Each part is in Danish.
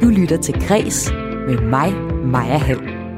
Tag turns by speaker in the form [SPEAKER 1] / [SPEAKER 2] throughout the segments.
[SPEAKER 1] Du lytter til Græs med mig, Maja Hall.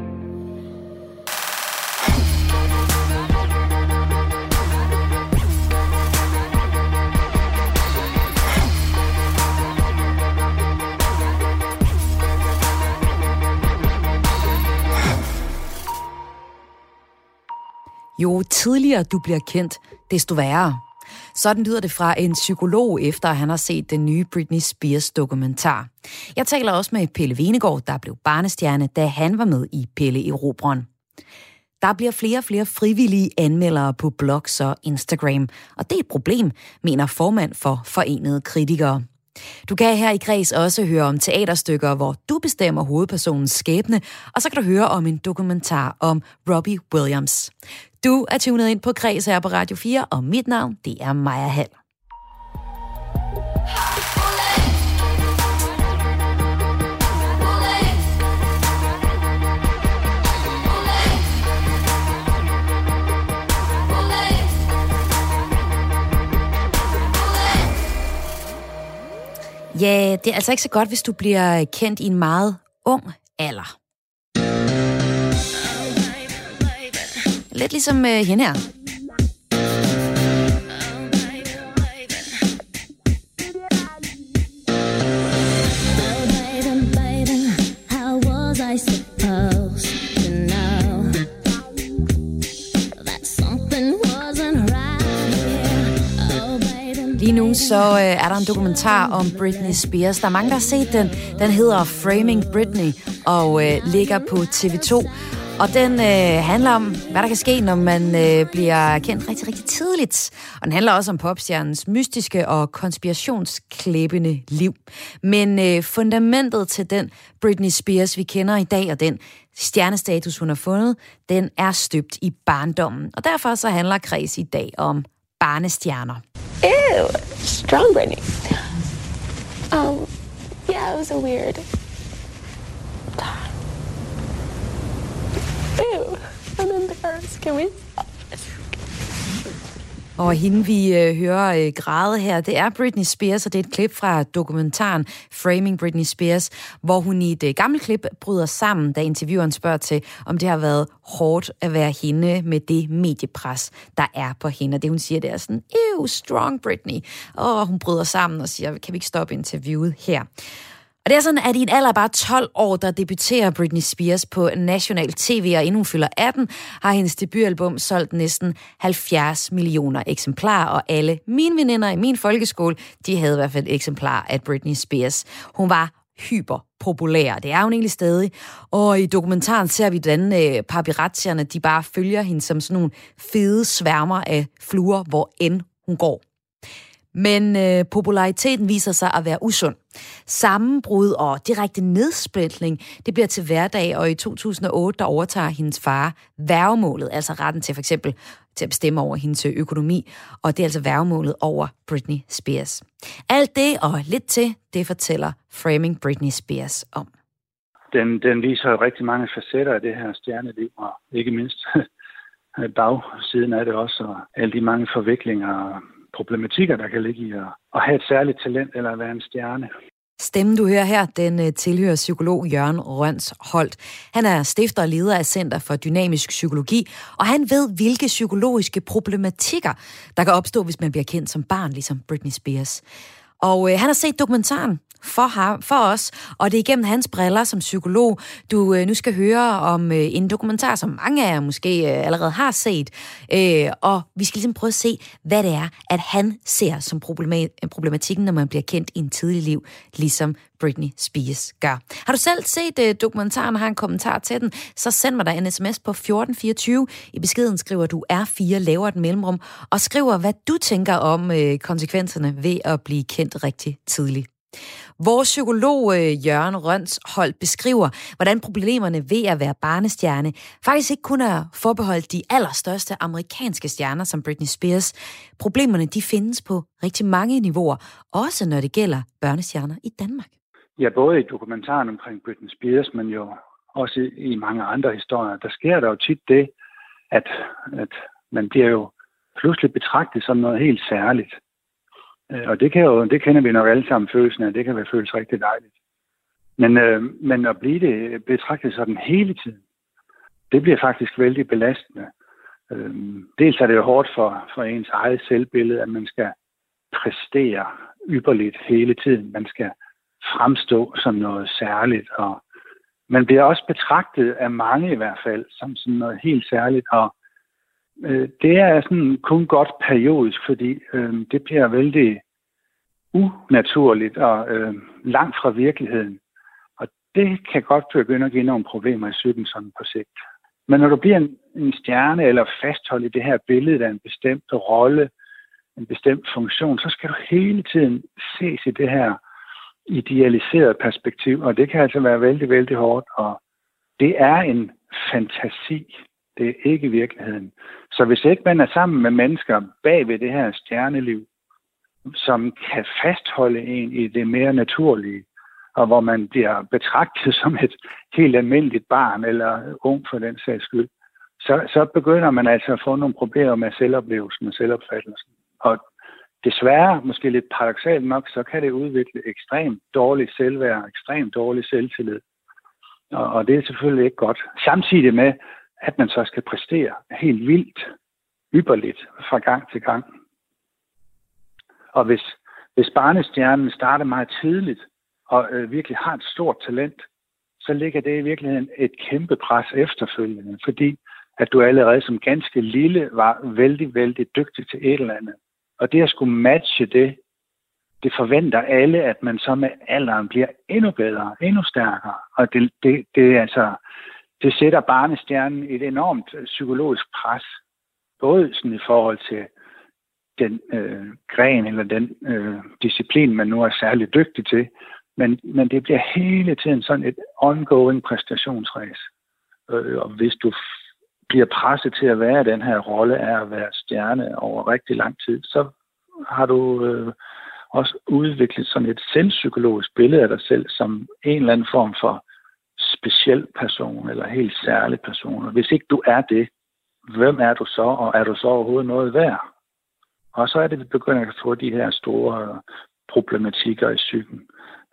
[SPEAKER 1] Jo tidligere du bliver kendt, desto værre. Sådan lyder det fra en psykolog, efter han har set den nye Britney Spears dokumentar. Jeg taler også med Pelle Venegård, der blev barnestjerne, da han var med i Pelle Erobreren. Der bliver flere og flere frivillige anmeldere på blogs og Instagram, og det er et problem, mener formand for Forenede Kritikere. Du kan her i Græs også høre om teaterstykker, hvor du bestemmer hovedpersonens skæbne, og så kan du høre om en dokumentar om Robbie Williams. Du er tunet ind på Græs her på Radio 4, og mit navn, det er Maja Hall. Ja, det er altså ikke så godt, hvis du bliver kendt i en meget ung alder. Lidt ligesom hende her. Lige nu så er der en dokumentar om Britney Spears. Der er mange, der har set den. Den hedder Framing Britney og ligger på TV2. Og den handler om, hvad der kan ske, når man bliver kendt rigtig, rigtig tidligt. Og den handler også om popstjernens mystiske og konspirationsklæbende liv. Men fundamentet til den Britney Spears, vi kender i dag, og den stjernestatus, hun har fundet, den er støbt i barndommen. Og derfor så handler Græs i dag om barnestjerner.
[SPEAKER 2] Ew, strong Britney. Yeah, it was a weird time. Ew, I'm embarrassed. Can we?
[SPEAKER 1] Og hende, vi hører græde her, det er Britney Spears, og det er et klip fra dokumentaren Framing Britney Spears, hvor hun i et gammelt klip bryder sammen, da intervieweren spørger til, om det har været hårdt at være hende med det mediepres, der er på hende. Og det, hun siger, det er sådan, ew, strong Britney. Og hun bryder sammen og siger, kan vi ikke stoppe interviewet her? Og det er sådan, at i en alder af bare 12 år, der debuterer Britney Spears på national tv, og inden hun fylder 18, har hendes debutalbum solgt næsten 70 millioner eksemplarer, og alle mine veninder i min folkeskole, de havde i hvert fald et eksemplar af Britney Spears. Hun var hyperpopulær, det er hun egentlig stadig, og i dokumentaren ser vi, hvordan paparazzierne, de bare følger hende som sådan nogle fede sværmer af fluer, hvor end hun går. Men populariteten viser sig at være usund. Sammenbrud og direkte nedsplitning, det bliver til hverdag, og i 2008, der overtager hendes far værgemålet, altså retten til for eksempel til at bestemme over hendes økonomi, og det er altså værgemålet over Britney Spears. Alt det og lidt til, det fortæller Framing Britney Spears om.
[SPEAKER 3] Den viser jo rigtig mange facetter af det her stjerneliv, og ikke mindst bagsiden af det også, og alle de mange forviklinger og problematikker, der kan ligge i at have et særligt talent eller at være en stjerne.
[SPEAKER 1] Stemmen, du hører her, den tilhører psykolog Jørgen Rønsholt. Han er stifter og leder af Center for Dynamisk Psykologi, og han ved, hvilke psykologiske problematikker, der kan opstå, hvis man bliver kendt som barn, ligesom Britney Spears. Og han har set dokumentaren for os, og det er igennem hans briller som psykolog, du nu skal høre om en dokumentar, som mange af jer måske allerede har set, og vi skal ligesom prøve at se, hvad det er, at han ser som problematikken, når man bliver kendt i en tidlig liv, ligesom Britney Spears gør. Har du selv set dokumentaren og har en kommentar til den, så send mig dig en sms på 1424. I beskeden skriver du R4, laver et mellemrum, og skriver, hvad du tænker om konsekvenserne ved at blive kendt rigtig tidligt. Vores psykolog Jørgen Rønsholt beskriver, hvordan problemerne ved at være barnestjerne faktisk ikke kun er forbeholdt de allerstørste amerikanske stjerner som Britney Spears. Problemerne de findes på rigtig mange niveauer, også når det gælder børnestjerner i Danmark.
[SPEAKER 3] Ja, både i dokumentaren omkring Britney Spears, men jo også i mange andre historier, der sker der jo tit det, at man bliver jo pludselig betragtet som noget helt særligt. Og det kender vi nok alle sammen følelsen af. Det kan føles rigtig dejligt. Men at blive det betragtet sådan hele tiden, det bliver faktisk vældig belastende. Dels er det jo hårdt for ens eget selvbillede, at man skal præstere ypperligt hele tiden. Man skal fremstå som noget særligt, og man bliver også betragtet af mange i hvert fald som sådan noget helt særligt, og det er sådan kun godt periodisk, fordi det bliver vældig unaturligt og langt fra virkeligheden. Og det kan godt begynde at give nogle problemer i psyken sådan på sigt. Men når du bliver en stjerne eller fastholdt i det her billede af en bestemt rolle, en bestemt funktion, så skal du hele tiden ses i det her idealiserede perspektiv, og det kan altså være vældig, vældig hårdt, og det er en fantasi. Det er ikke virkeligheden. Så hvis ikke man er sammen med mennesker bag ved det her stjerneliv, som kan fastholde en i det mere naturlige, og hvor man bliver betragtet som et helt almindeligt barn, eller ung for den sags skyld, så begynder man altså at få nogle problemer med selvoplevelsen og selvopfattelsen. Og desværre, måske lidt paradoksalt nok, så kan det udvikle ekstremt dårligt selvværd, ekstremt dårlig selvtillid. Og det er selvfølgelig ikke godt. Samtidig med, at man så skal præstere helt vildt, ypperligt fra gang til gang. Og hvis barnestjernen starter meget tidligt, og virkelig har et stort talent, så ligger det i virkeligheden et kæmpe pres efterfølgende, fordi at du allerede som ganske lille var vældig, vældig dygtig til et eller andet. Og det at skulle matche det forventer alle, at man så med alderen bliver endnu bedre, endnu stærkere. Og det sætter barnestjernen i et enormt psykologisk pres, både sådan i forhold til den gren eller den disciplin, man nu er særlig dygtig til, men det bliver hele tiden sådan et ongoing præstationsræs. Og hvis du bliver presset til at være den her rolle af at være stjerne over rigtig lang tid, så har du også udviklet sådan et selvpsykologisk billede af dig selv som en eller anden form for speciel person eller helt særlig person. Og hvis ikke du er det, hvem er du så, og er du så overhovedet noget værd? Og så er det, vi begynder at få de her store problematikker i psyken.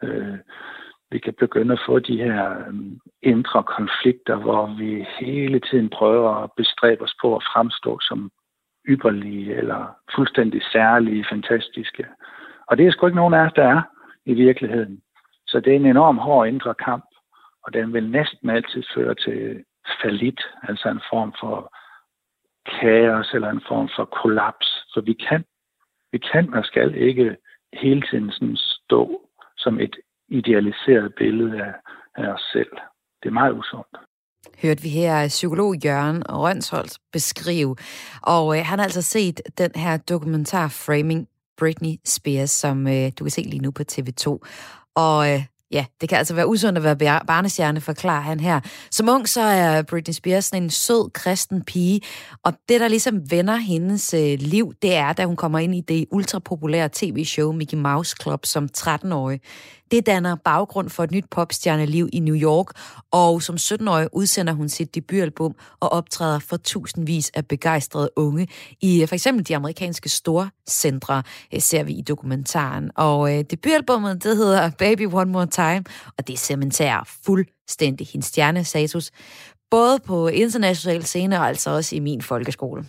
[SPEAKER 3] Vi kan begynde at få de her indre konflikter, hvor vi hele tiden prøver at bestræbe os på at fremstå som ypperlige eller fuldstændig særlige, fantastiske. Og det er sgu ikke nogen af os, der er i virkeligheden. Så det er en enorm hård indre kamp, og den vil næsten altid føre til fallit, altså en form for kaos eller en form for kollaps. Så vi kan og skal ikke hele tiden sådan stå som et idealiseret billede af os selv. Det er meget usundt.
[SPEAKER 1] Hørte vi her psykolog Jørgen Rønsholdt beskrive. Og han har altså set den her dokumentar Framing Britney Spears, som du kan se lige nu på TV2. Og ja, det kan altså være usundt at være barnestjerne, forklarer han her. Som ung, så er Britney Spears sådan en sød, kristen pige, og det, der ligesom vender hendes liv, det er, da hun kommer ind i det ultrapopulære tv-show Mickey Mouse Club som 13-årig. Det danner baggrund for et nyt popstjerneliv i New York, og som 17-årig udsender hun sit debutalbum og optræder for tusindvis af begejstrede unge i for eksempel de amerikanske storcentre, ser vi i dokumentaren. Og debutalbummet, det hedder Baby One More Time, og det cementerer fuldstændig hendes stjernestatus, både på international scene og altså også i min folkeskole.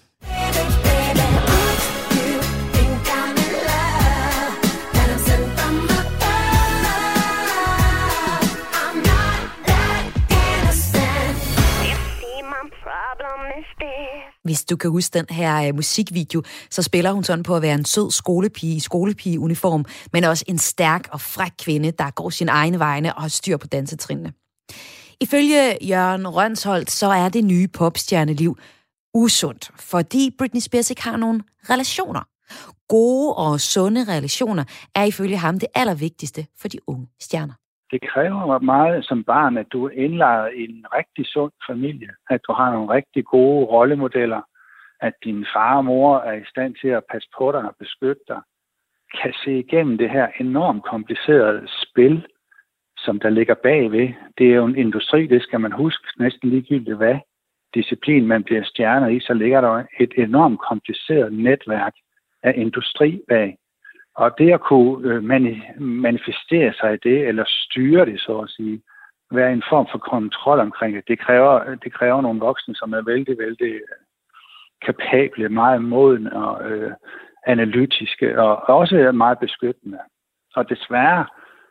[SPEAKER 1] Hvis du kan huske den her musikvideo, så spiller hun sådan på at være en sød skolepige i skolepigeuniform, men også en stærk og fræk kvinde, der går sin egne vegne og har styr på dansetrinene. Ifølge Jørgen Rønsholdt, så er det nye popstjerneliv usundt, fordi Britney Spears ikke har nogen relationer. Gode og sunde relationer er ifølge ham det allervigtigste for de unge stjerner.
[SPEAKER 3] Det kræver meget som barn, at du er indlejret i en rigtig sund familie, at du har nogle rigtig gode rollemodeller, at din far og mor er i stand til at passe på dig og beskytte dig, kan se igennem det her enormt komplicerede spil, som der ligger bagved. Det er jo en industri, det skal man huske, næsten ligegyldigt hvad disciplin man bliver stjerner i, så ligger der et enormt kompliceret netværk af industri bag. Og det at kunne manifestere sig i det, eller styre det, så at sige, være en form for kontrol omkring det, det kræver nogle voksne, som er vældig, vældig kapable, meget modne og analytiske, og også meget beskyttende. Og desværre,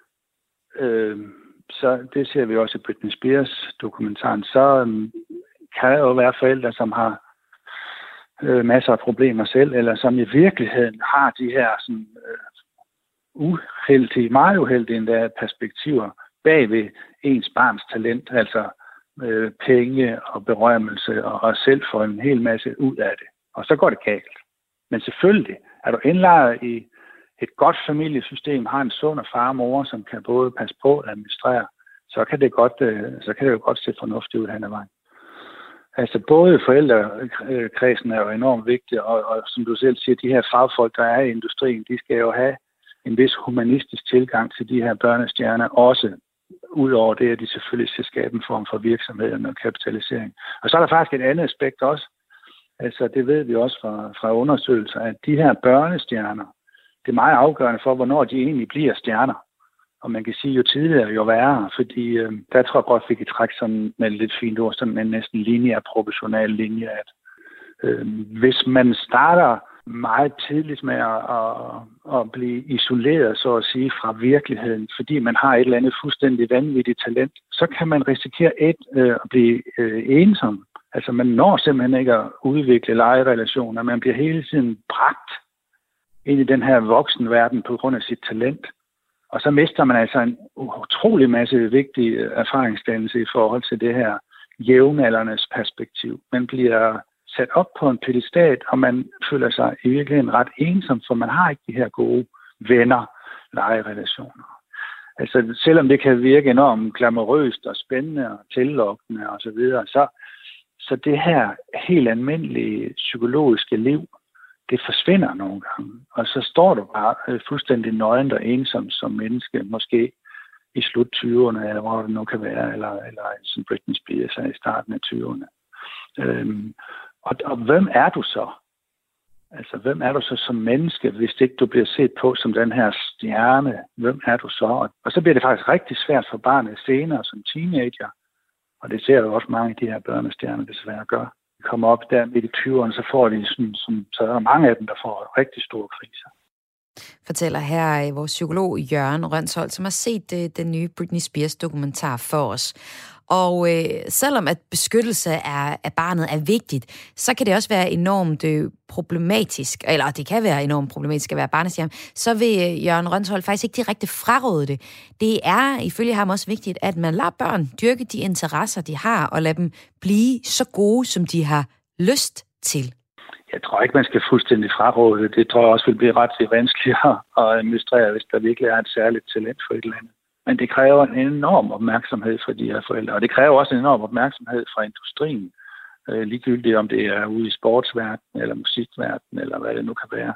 [SPEAKER 3] så det ser vi også i Britney Spears dokumentaren, så kan der jo være forældre, som har masser af problemer selv, eller som i virkeligheden har de her sådan, meget uheldige endda perspektiver bag ved ens barns talent, altså penge og berømmelse, og selv få en hel masse ud af det. Og så går det galt. Men selvfølgelig, er du indlejret i et godt familiesystem, har en sund far og mor, som kan både passe på og administrere, så kan det jo godt se fornuftigt ud hen ad vejen. Altså både forældrekredsen er jo enormt vigtig, og som du selv siger, de her fagfolk, der er i industrien, de skal jo have en vis humanistisk tilgang til de her børnestjerner, også udover det, at de selvfølgelig skal skabe en form for virksomhed og kapitalisering. Og så er der faktisk et andet aspekt også, altså det ved vi også fra undersøgelser, at de her børnestjerner, det er meget afgørende for, hvornår de egentlig bliver stjerner. Og man kan sige, jo tidligere, jo værre, fordi der tror jeg godt, vi kan trække sådan med lidt fint ord, sådan en næsten lineær, proportional linje, at hvis man starter meget tidligt med at blive isoleret, så at sige, fra virkeligheden, fordi man har et eller andet fuldstændig vanvittigt talent, så kan man risikere at blive ensom. Altså man når simpelthen ikke at udvikle legerelationer, man bliver hele tiden bragt ind i den her voksenverden på grund af sit talent. Og så mister man altså en utrolig masse vigtig erfaringsdannelse i forhold til det her jævnaldernes perspektiv. Man bliver sat op på en pedestal, og man føler sig i virkeligheden ret ensom, for man har ikke de her gode venner, legerelationer. Altså selvom det kan virke enormt glamourøst og spændende og tillokkende og så videre, så det her helt almindelige psykologiske liv, det forsvinder nogle gange. Og så står du bare fuldstændig nøgent og ensom som menneske, måske i slut 20'erne, eller hvor det nu kan være, eller som Britney Spears er i starten af 20'erne. Og hvem er du så? Altså, hvem er du så som menneske, hvis ikke du bliver set på som den her stjerne? Hvem er du så? Og så bliver det faktisk rigtig svært for barnet senere som teenager. Og det ser jo også mange af de her børnestjerner desværre gør. De kommer op der midt i 20'erne, så får de så er der mange af dem, der får rigtig store kriser.
[SPEAKER 1] Fortæller her vores psykolog Jørgen Rønsholt, som har set den nye Britney Spears dokumentar for os. Og selvom at beskyttelse af barnet er vigtigt, så kan det også være enormt problematisk, eller det kan være enormt problematisk at være barnestjerne, så vil Jørgen Rønsholt faktisk ikke direkte fraråde det. Det er ifølge ham også vigtigt, at man lader børn dyrke de interesser, de har, og lade dem blive så gode, som de har lyst til.
[SPEAKER 3] Jeg tror ikke, man skal fuldstændig fraråde det. Det tror jeg også vil blive ret vanskeligere at administrere, hvis der virkelig er et særligt talent for et eller andet. Men det kræver en enorm opmærksomhed fra de her forældre, og det kræver også en enorm opmærksomhed fra industrien. Ligegyldigt om det er ude i sportsverdenen, eller musikverdenen, eller hvad det nu kan være.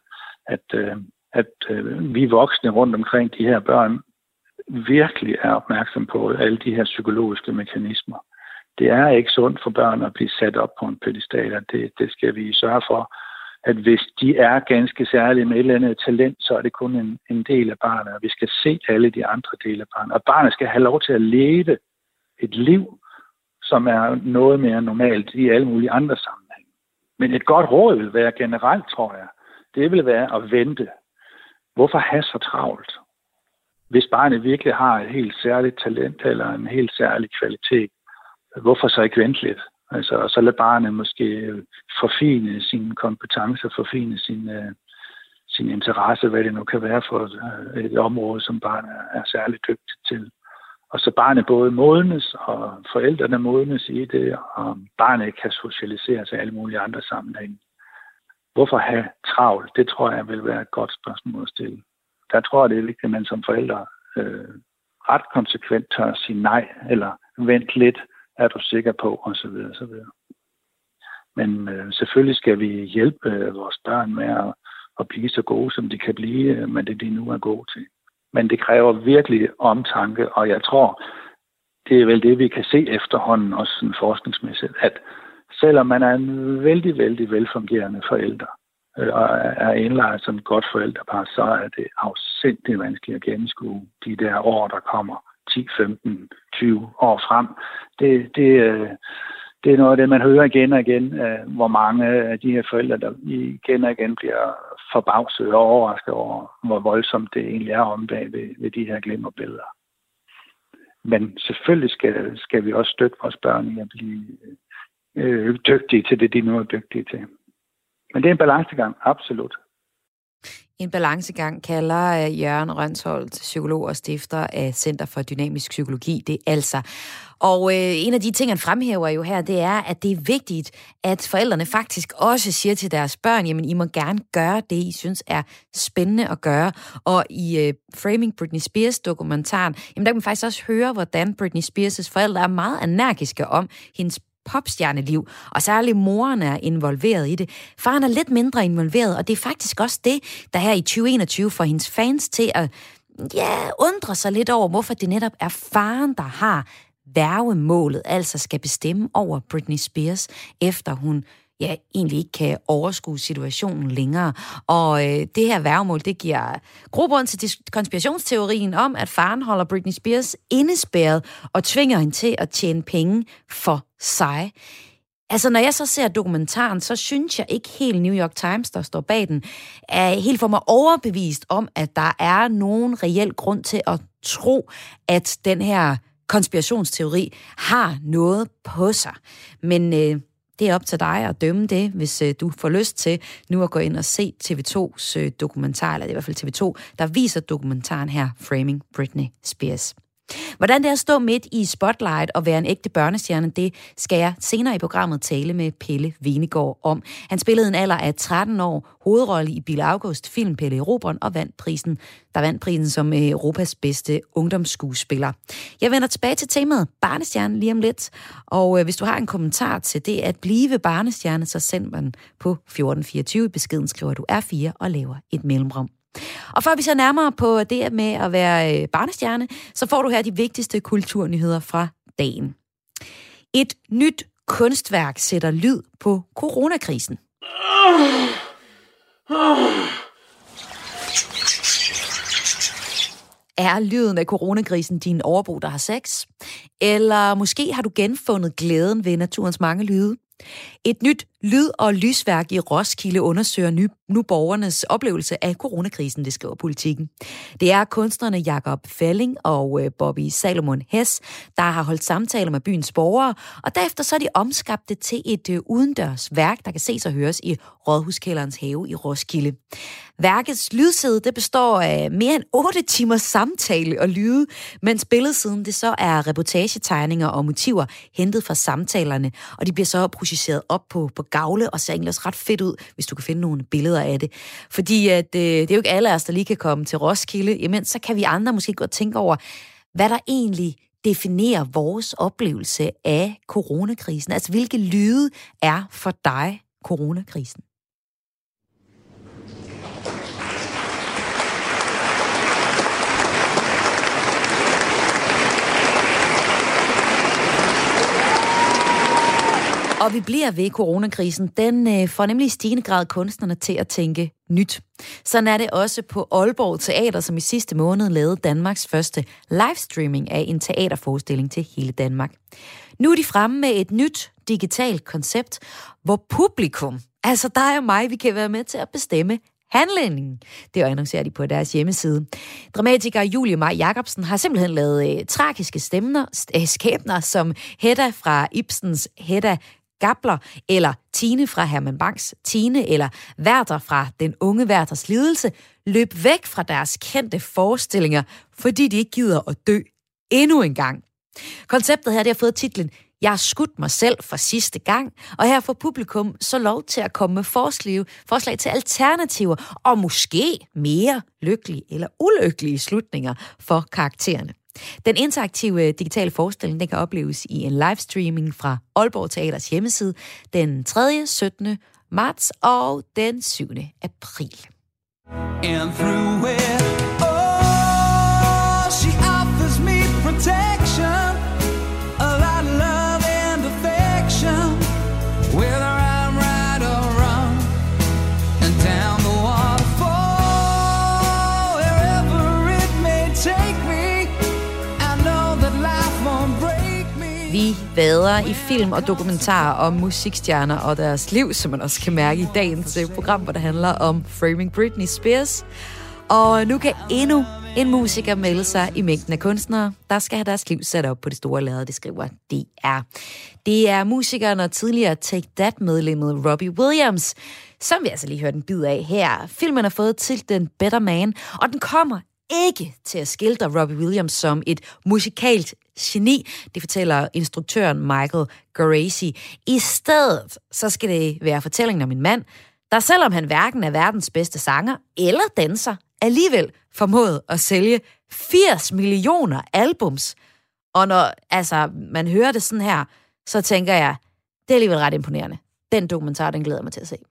[SPEAKER 3] At vi voksne rundt omkring de her børn virkelig er opmærksom på alle de her psykologiske mekanismer. Det er ikke sundt for børn at blive sat op på en pedestal, og det skal vi sørge for, at hvis de er ganske særlige med et eller andet talent, så er det kun en del af barnet, og vi skal se alle de andre dele af barnet. Og barnet skal have lov til at leve et liv, som er noget mere normalt i alle mulige andre sammenhænge. Men et godt råd vil være generelt, tror jeg, det vil være at vente. Hvorfor have så travlt? Hvis barnet virkelig har et helt særligt talent eller en helt særlig kvalitet, hvorfor så ikke vente lidt? Altså, så lad barnet måske forfine sine kompetencer, forfine sin interesse, hvad det nu kan være for et område, som barnet er særligt dygtigt til. Og så barnet både modnes, og forældrene modnes i det, og barnet kan socialisere sig i alle mulige andre sammenhænge. Hvorfor have travlt? Det tror jeg vil være et godt spørgsmål at stille. Der tror jeg, det er vigtigt, at man som forældre ret konsekvent tør sige nej, eller vent lidt, er du sikker på, og så videre, så videre. Men selvfølgelig skal vi hjælpe vores børn med at blive så gode, som de kan blive, men det de nu er gode til. Men det kræver virkelig omtanke, og jeg tror, det er vel det, vi kan se efterhånden, også sådan forskningsmæssigt, at selvom man er en vældig, vældig velfungerende forælder, og er indlejret som et godt forældrepar, så er det afsindigt vanskeligt at gennemskue de der år, der kommer 10, 15, 20 år frem. Det er noget af det, man hører igen og igen, hvor mange af de her forældre, der igen og igen bliver forbavset og overrasket over, hvor voldsomt det egentlig er om bag ved de her glimmerbilleder. Men selvfølgelig skal vi også støtte vores børn i at blive dygtige til det, de nu er dygtige til. Men det er en balancegang, absolut.
[SPEAKER 1] En balancegang kalder Jørgen Rønsholt, psykolog og stifter af Center for Dynamisk Psykologi, det altså. Og en af de ting, han fremhæver jo her, det er, at det er vigtigt, at forældrene faktisk også siger til deres børn, jamen I må gerne gøre det, I synes er spændende at gøre. Og i Framing Britney Spears dokumentaren, jamen der kan man faktisk også høre, hvordan Britney Spears' forældre er meget energiske om hendes popstjerneliv, og særligt moren er involveret i det. Faren er lidt mindre involveret, og det er faktisk også det, der her i 2021 får hendes fans til at undre sig lidt over, hvorfor det netop er faren, der har værgemålet, altså skal bestemme over Britney Spears, efter hun egentlig ikke kan overskue situationen længere. Og det her værgemål, det giver grobund til konspirationsteorien om, at faren holder Britney Spears indespærret og tvinger hende til at tjene penge for sig. Altså, når jeg så ser dokumentaren, så synes jeg ikke helt New York Times, der står bag den, er helt for mig overbevist om, at der er nogen reel grund til at tro, at den her konspirationsteori har noget på sig. Men det er op til dig at dømme det, hvis du får lyst til nu at gå ind og se TV2's dokumentar, eller det er i hvert fald TV2, der viser dokumentaren her, Framing Britney Spears. Hvordan det er at stå midt i spotlight og være en ægte børnestjerne, det skal jeg senere i programmet tale med Pelle Venegård om. Han spillede en alder af 13 år hovedrolle i Bille August film Pelle Erobreren og vandt prisen som Europas bedste ungdomsskuespiller. Jeg vender tilbage til temaet barnestjerne lige om lidt, og hvis du har en kommentar til det at blive barnestjerne, så send den på 1424. Beskeden skriver du R4 og laver et mellemrum. Og før vi ser nærmere på det med at være barnestjerne, så får du her de vigtigste kulturnyheder fra dagen. Et nyt kunstværk sætter lyd på coronakrisen. Er lyden af coronakrisen din overbo, der har sex? Eller måske har du genfundet glæden ved naturens mange lyde? Et nyt lyd- og lysværk i Roskilde undersøger nu borgernes oplevelse af coronakrisen, det skriver Politikken. Det er kunstnerne Jakob Falling og Bobby Salomon Hess, der har holdt samtaler med byens borgere, og derefter så er de omskabt det til et udendørs værk, der kan ses og høres i Rådhuskælderens have i Roskilde. Værkets lydside, det består af mere end 8 timers samtale og lyde, mens billedsiden det så er reportagetegninger og motiver hentet fra samtalerne, og de bliver så projiceret op på gavle og ser egentlig også ret fedt ud, hvis du kan finde nogle billeder af det. Fordi at, det er jo ikke alle af os, der lige kan komme til Roskilde, imens så kan vi andre måske godt tænke over, hvad der egentlig definerer vores oplevelse af coronakrisen. Altså, hvilke lyde er for dig coronakrisen? Og vi bliver ved coronakrisen. Den får nemlig i stigende grad kunstnerne til at tænke nyt. Sådan er det også på Aalborg Teater, som i sidste måned lavede Danmarks første livestreaming af en teaterforestilling til hele Danmark. Nu er de fremme med et nyt digitalt koncept, hvor publikum, altså dig og mig, vi kan være med til at bestemme handlingen. Det annoncerer de på deres hjemmeside. Dramatiker Julie Maj Jacobsen har simpelthen lavet tragiske skæbner som Hedda fra Ibsens Hedda Gabler, eller Tine fra Herman Bangs Tine, eller Werther fra Den unge Werthers lidelse, løb væk fra deres kendte forestillinger, fordi de ikke gider at dø endnu en gang. Konceptet her, det har fået titlen Jeg har skudt mig selv for sidste gang, og her får publikum så lov til at komme med forslag til alternativer, og måske mere lykkelige eller ulykkelige slutninger for karaktererne. Den interaktive digitale forestilling, den kan opleves i en livestreaming fra Aalborg Teaters hjemmeside den 3., 17. marts og den 7. april. And through it, oh, she offers me protection, a lot of love and affection, whether I'm right or wrong, and Vi vader i film og dokumentarer om musikstjerner og deres liv, som man også kan mærke i dagens program, hvor det handler om Framing Britney Spears. Og nu kan endnu en musiker melde sig i mængden af kunstnere, der skal have deres liv sat op på det store lærred, det skriver DR. Det er musikeren og tidligere Take That-medlemmet Robbie Williams, som vi altså lige hørte en bid af her. Filmen har fået titlen Better Man, og den kommer ikke til at skildre Robbie Williams som et musikalt geni. Det fortæller instruktøren Michael Geraci. I stedet så skal det være fortællingen om en mand, der selvom han hverken er verdens bedste sanger eller danser, alligevel formåede at sælge 80 millioner albums. Og når man hører det sådan her, så tænker jeg, det er alligevel ret imponerende. Den dokumentar, den glæder mig til at se.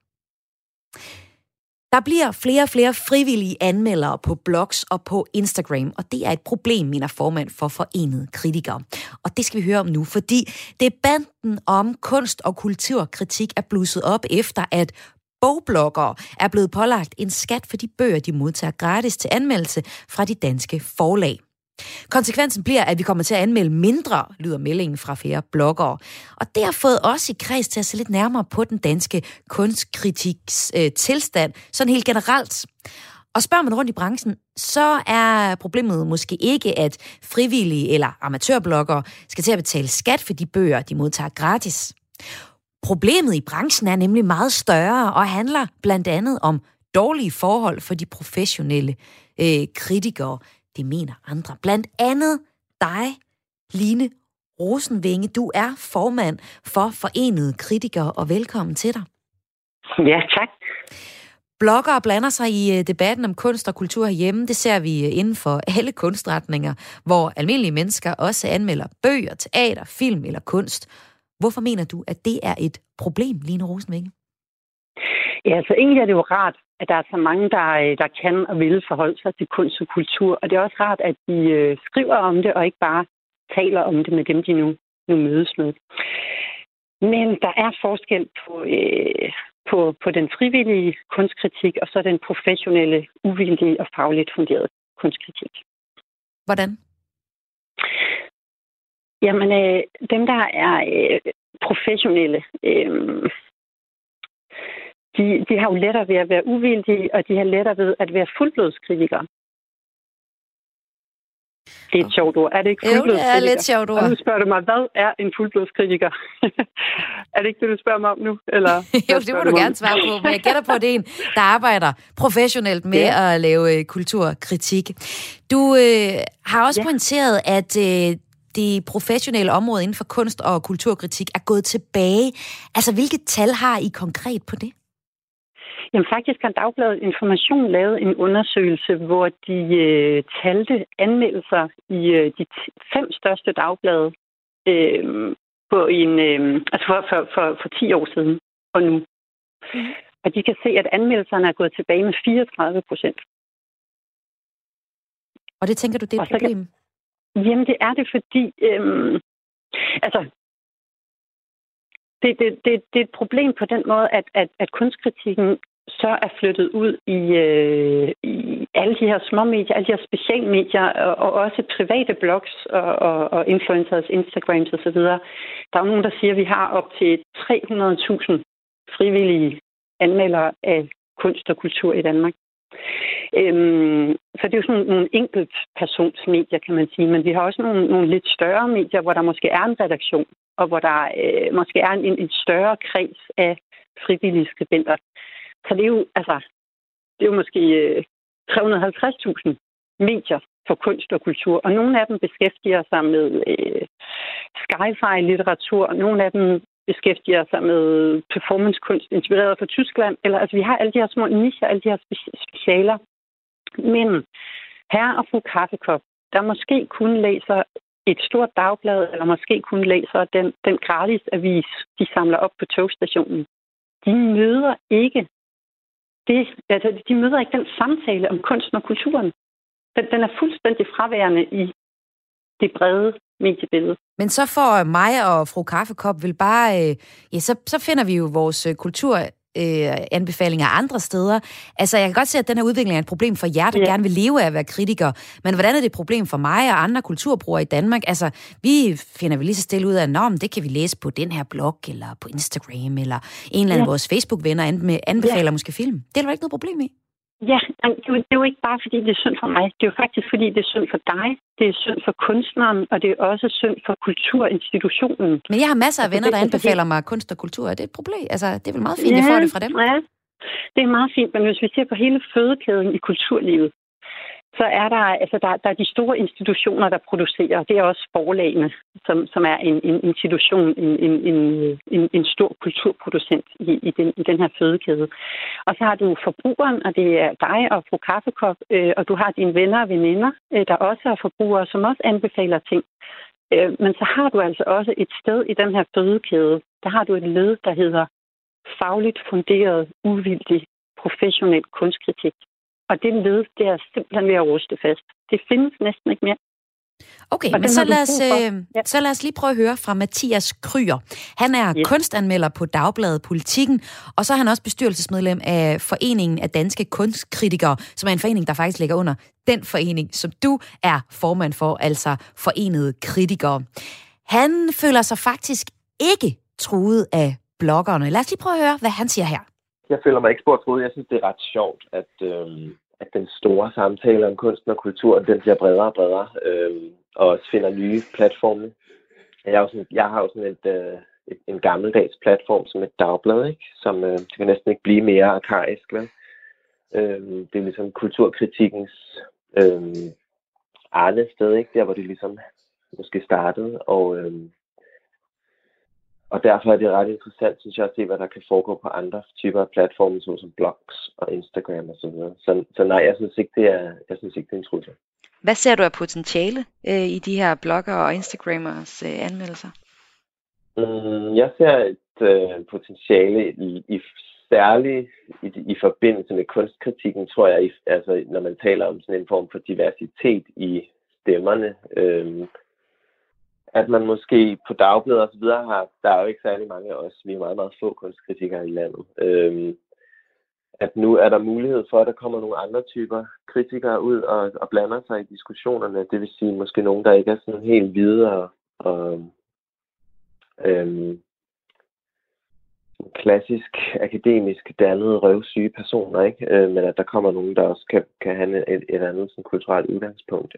[SPEAKER 1] Der bliver flere og flere frivillige anmeldere på blogs og på Instagram, og det er et problem, mener formand for Forenede Kritikere. Og det skal vi høre om nu, fordi debatten om kunst- og kulturkritik er blusset op efter, at bogbloggere er blevet pålagt en skat for de bøger, de modtager gratis til anmeldelse fra de danske forlag. Konsekvensen bliver, at vi kommer til at anmelde mindre, lyder meldingen fra flere bloggere. Og det har fået os i kreds til at se lidt nærmere på den danske kunstkritiks tilstand, sådan helt generelt. Og spørger man rundt i branchen, så er problemet måske ikke, at frivillige eller amatørbloggere skal til at betale skat for de bøger, de modtager gratis. Problemet i branchen er nemlig meget større og handler blandt andet om dårlige forhold for de professionelle kritikere. Det mener andre. Blandt andet dig, Line Rosenvinge. Du er formand for Forenede Kritikere, og velkommen til dig.
[SPEAKER 4] Ja, tak.
[SPEAKER 1] Bloggere blander sig i debatten om kunst og kultur herhjemme. Det ser vi inden for alle kunstretninger, hvor almindelige mennesker også anmelder bøger, teater, film eller kunst. Hvorfor mener du, at det er et problem, Line Rosenvinge?
[SPEAKER 4] Ja, altså egentlig er det jo rart, at der er så mange, der kan og vil forholde sig til kunst og kultur. Og det er også rart, at de skriver om det, og ikke bare taler om det med dem, de nu mødes med. Men der er forskel på den frivillige kunstkritik, og så den professionelle, uvildige og fagligt funderede kunstkritik.
[SPEAKER 1] Hvordan?
[SPEAKER 4] Jamen, dem, der er professionelle, de har jo lettere ved at være uvildige, og de har lettere ved at være fuldblodskritikere. Det er et sjovt ord. Er det ikke fuldblodskritikere?
[SPEAKER 1] Jo, det er lidt sjovt ord.
[SPEAKER 4] Og nu spørger du mig, hvad er en fuldblodskritiker? Er det ikke det, du spørger mig om nu? Eller,
[SPEAKER 1] jo, det må du gerne svare på, men jeg gætter på, at det er en, der arbejder professionelt med at lave kulturkritik. Du har også pointeret, at det professionelle område inden for kunst- og kulturkritik er gået tilbage. Altså, hvilke tal har I konkret på det?
[SPEAKER 4] Jamen faktisk har Dagbladet Information lavet en undersøgelse, hvor de talte anmeldelser i de 5 største dagblade på for 10 år siden og nu. Mm. Og de kan se, at anmeldelserne er gået tilbage med 34%.
[SPEAKER 1] Og det tænker du, det er et problem?
[SPEAKER 4] Jamen det er det, fordi det er et problem på den måde, at kunstkritikken så er flyttet ud i alle de her små medier, alle de her specialmedier, og også private blogs og influencers, Instagrams osv. Der er jo nogen, der siger, at vi har op til 300.000 frivillige anmeldere af kunst og kultur i Danmark. Så det er jo sådan nogle enkeltpersonsmedier, kan man sige, men vi har også nogle lidt større medier, hvor der måske er en redaktion, og hvor der måske er en større kreds af frivillige skribenter. Så det er jo måske 350.000 medier for kunst og kultur, og nogle af dem beskæftiger sig med sci-fi-litteratur, og nogle af dem beskæftiger sig med performancekunst inspireret fra Tyskland, eller vi har alle de her små nischer, alle de her specialer. Men herre og fru Kaffekop, der måske kun læser et stort dagblad, eller måske kun læser den gratis avis, de samler op på togstationen, de møder ikke den samtale om kunsten og kulturen. Den er fuldstændig fraværende i det brede mediebillede.
[SPEAKER 1] Men så får mig og fru Kaffekop vil bare... så finder vi jo vores kultur anbefalinger andre steder. Altså, jeg kan godt se, at den her udvikling er et problem for jer, der gerne vil leve af at være kritiker. Men hvordan er det et problem for mig og andre kulturbrugere i Danmark? Altså, vi finder vel lige så stille ud af, at det kan vi læse på den her blog, eller på Instagram, eller en eller anden af vores Facebook-venner anbefaler måske film. Det er der ikke noget problem i.
[SPEAKER 4] Ja, det er jo ikke bare, fordi det er synd for mig. Det er jo faktisk, fordi det er synd for dig. Det er synd for kunstneren, og det er også synd for kulturinstitutionen.
[SPEAKER 1] Men jeg har masser af venner, der anbefaler mig kunst og kultur. Er det et problem? Altså, det er vel meget fint, jeg får det fra dem?
[SPEAKER 4] Ja, det er meget fint, men hvis vi ser på hele fødekæden i kulturlivet, så er der er de store institutioner, der producerer. Det er også forlagene, som er en institution, en stor kulturproducent i den her fødekæde. Og så har du forbrugeren, og det er dig og fru Kaffekop, og du har dine venner og veninder, der også er forbrugere, som også anbefaler ting. Men så har du altså også et sted i den her fødekæde, der har du et led, der hedder fagligt funderet, uvildig, professionel kunstkritik. Og det led, det er simpelthen ved at ruste fast. Det findes næsten ikke mere.
[SPEAKER 1] Okay, men så lad os lige prøve at høre fra Mathias Kryer. Han er kunstanmelder på Dagbladet Politikken, og så er han også bestyrelsesmedlem af Foreningen af Danske Kunstkritikere, som er en forening, der faktisk ligger under den forening, som du er formand for, altså Forenede Kritikere. Han føler sig faktisk ikke truet af bloggerne. Lad os lige prøve at høre, hvad han siger her.
[SPEAKER 5] Jeg føler mig ikke spurgt truet. Jeg synes, det er ret sjovt, at den store samtale om kunsten og kultur, den bliver bredere og bredere, og også finder nye platforme. Jeg har jo sådan en gammeldags platform som et dagblad, ikke? Som det kan næsten ikke blive mere arkaisk, vel? Det er ligesom kulturkritikkens arnested, ikke? Der, hvor det ligesom måske startede, og derfor er det ret interessant, synes jeg, at se, hvad der kan foregå på andre typer af platforme, såsom blogs og Instagram og så videre. Så nej, jeg synes ikke, det er en trussel.
[SPEAKER 6] Hvad ser du af potentiale i de her blogger og Instagrammers anmeldelser?
[SPEAKER 5] Jeg ser et potentiale særligt i forbindelse med kunstkritikken, tror jeg, altså når man taler om sådan en form for diversitet i stemmerne. At man måske på Dagbladet og så videre der er jo ikke særlig mange af os, vi er meget, meget få kunstkritikere i landet. At nu er der mulighed for, at der kommer nogle andre typer kritikere ud og blander sig i diskussionerne. Det vil sige måske nogen, der ikke er sådan helt hvide og klassisk, akademisk dannede, røvsyge personer, ikke? Men at der kommer nogen, der også kan have et andet sådan kulturelt udgangspunkt.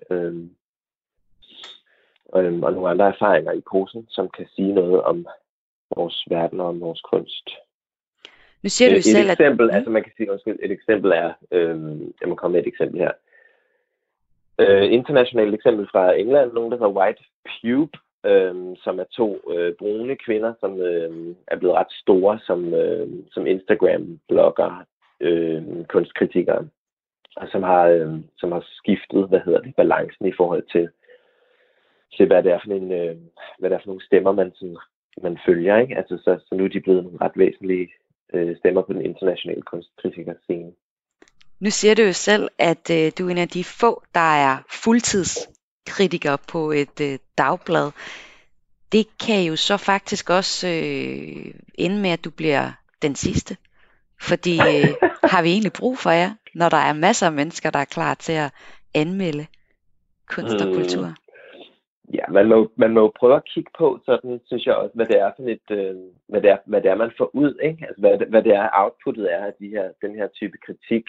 [SPEAKER 5] Og nogle andre erfaringer i posen, som kan sige noget om vores verden og om vores kunst.
[SPEAKER 6] Nu siger du jo selv,
[SPEAKER 5] et eksempel, altså man kan sige, et eksempel er, jeg må komme med et eksempel her. Internationalt eksempel fra England, nogen der hedder White Pube, som er to brune kvinder, som er blevet ret store som Instagram-blogger, kunstkritikere, og som har skiftet, balancen i forhold til hvad det er for nogle stemmer, man følger, ikke? Altså, så nu er de blevet nogle ret væsentlige stemmer på den internationale kunstkritikerscene.
[SPEAKER 6] Nu siger du jo selv, at du er en af de få, der er fuldtidskritiker på et dagblad. Det kan jo så faktisk også ende med, at du bliver den sidste. Fordi har vi egentlig brug for jer, når der er masser af mennesker, der er klar til at anmelde kunst og kultur?
[SPEAKER 5] Ja, man må prøve at kigge på, sådan synes jeg også, hvad det er for hvad det er, man får ud, ikke? Altså hvad det er, outputtet er af den her type kritik.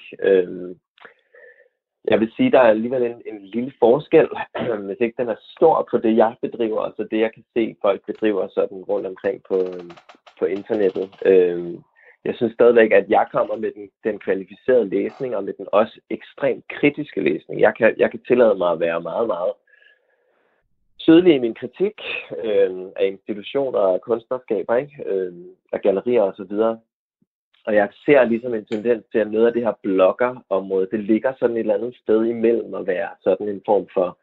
[SPEAKER 5] Jeg vil sige, der er alligevel en lille forskel, hvis ikke den er stor på det, jeg bedriver, og så det, jeg kan se, folk bedriver sådan rundt omkring på internettet. Jeg synes stadigvæk, at jeg kommer med den kvalificerede læsning, og med den også ekstremt kritiske læsning. Jeg kan tillade mig at være meget, meget tydelig i min kritik af institutioner og kunstnerskaber, ikke? Af gallerier og så videre. Og jeg ser ligesom en tendens til, at noget af det her bloggerområde, det ligger sådan et eller andet sted imellem at være sådan en form for,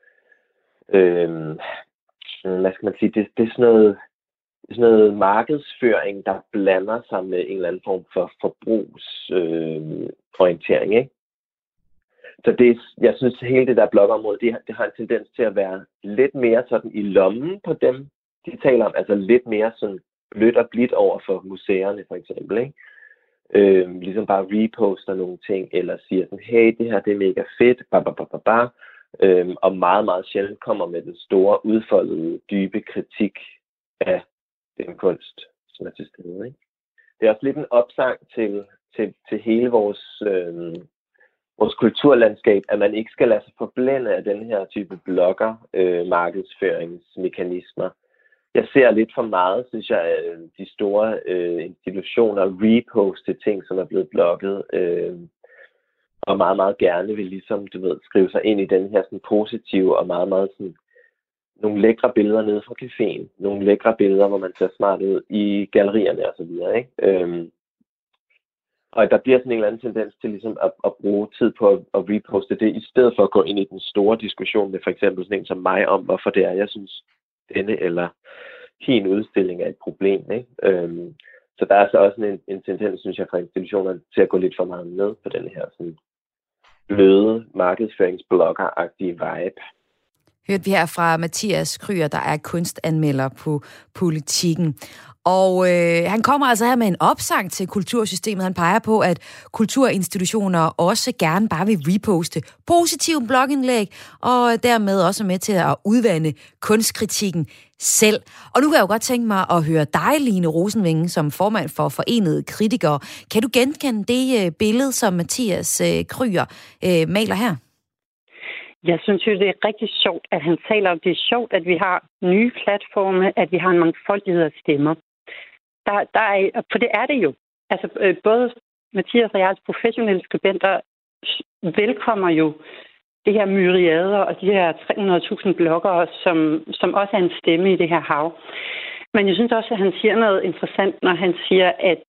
[SPEAKER 5] hvad skal man sige, det er sådan noget markedsføring, der blander sig med en eller anden form for forbrugsorientering, ikke? Så jeg synes, at hele det der blogområde, det har en tendens til at være lidt mere sådan i lommen på dem, de taler om. Altså lidt mere sådan blødt og blidt over for museerne, for eksempel, ikke? ligesom bare reposter nogle ting, eller siger sådan, hey, det her det er mega fedt, og meget, meget sjældent kommer med den store, udfoldede, dybe kritik af den kunst, som er til stede. Ikke? Det er også lidt en opsang til hele vores kulturlandskab, at man ikke skal lade sig forblænde af den her type markedsføringsmekanismer. Jeg ser lidt for meget, synes jeg, de store institutioner reposte ting, som er blevet blogget, og meget, meget gerne vil ligesom, skrive sig ind i den her sådan positive og meget, meget sådan nogle lækre billeder nede fra caféen. Nogle lækre billeder, hvor man ser smart ud i gallerierne og så videre, ikke? Og der bliver sådan en eller anden tendens til ligesom at bruge tid på at reposte det, i stedet for at gå ind i den store diskussion med for eksempel sådan en som mig om, hvorfor det er, jeg synes, denne eller hin udstilling er et problem. Ikke? Så der er så også en tendens, synes jeg, fra institutionerne til at gå lidt for meget ned på den her sådan bløde markedsføringsblogger-agtige vibe.
[SPEAKER 1] Hørte vi her fra Mathias Kryer, der er kunstanmelder på Politikken. Og han kommer altså her med en opsang til kultursystemet. Han peger på, at kulturinstitutioner også gerne bare vil reposte positive blogindlæg, og dermed også med til at udvande kunstkritikken selv. Og nu kan jeg jo godt tænke mig at høre dig, Line Rosenvinge, som formand for Forenede Kritikere. Kan du genkende det billede, som Mathias Kryer maler her?
[SPEAKER 4] Jeg synes jo, det er rigtig sjovt, at han taler om, det er sjovt, at vi har nye platforme, at vi har en mangfoldighed af stemmer. For det er det jo. Altså, både Mathias og jeres professionelle skribenter velkommer jo det her myriader og de her 300.000 bloggere, som også er en stemme i det her hav. Men jeg synes også, at han siger noget interessant, når han siger,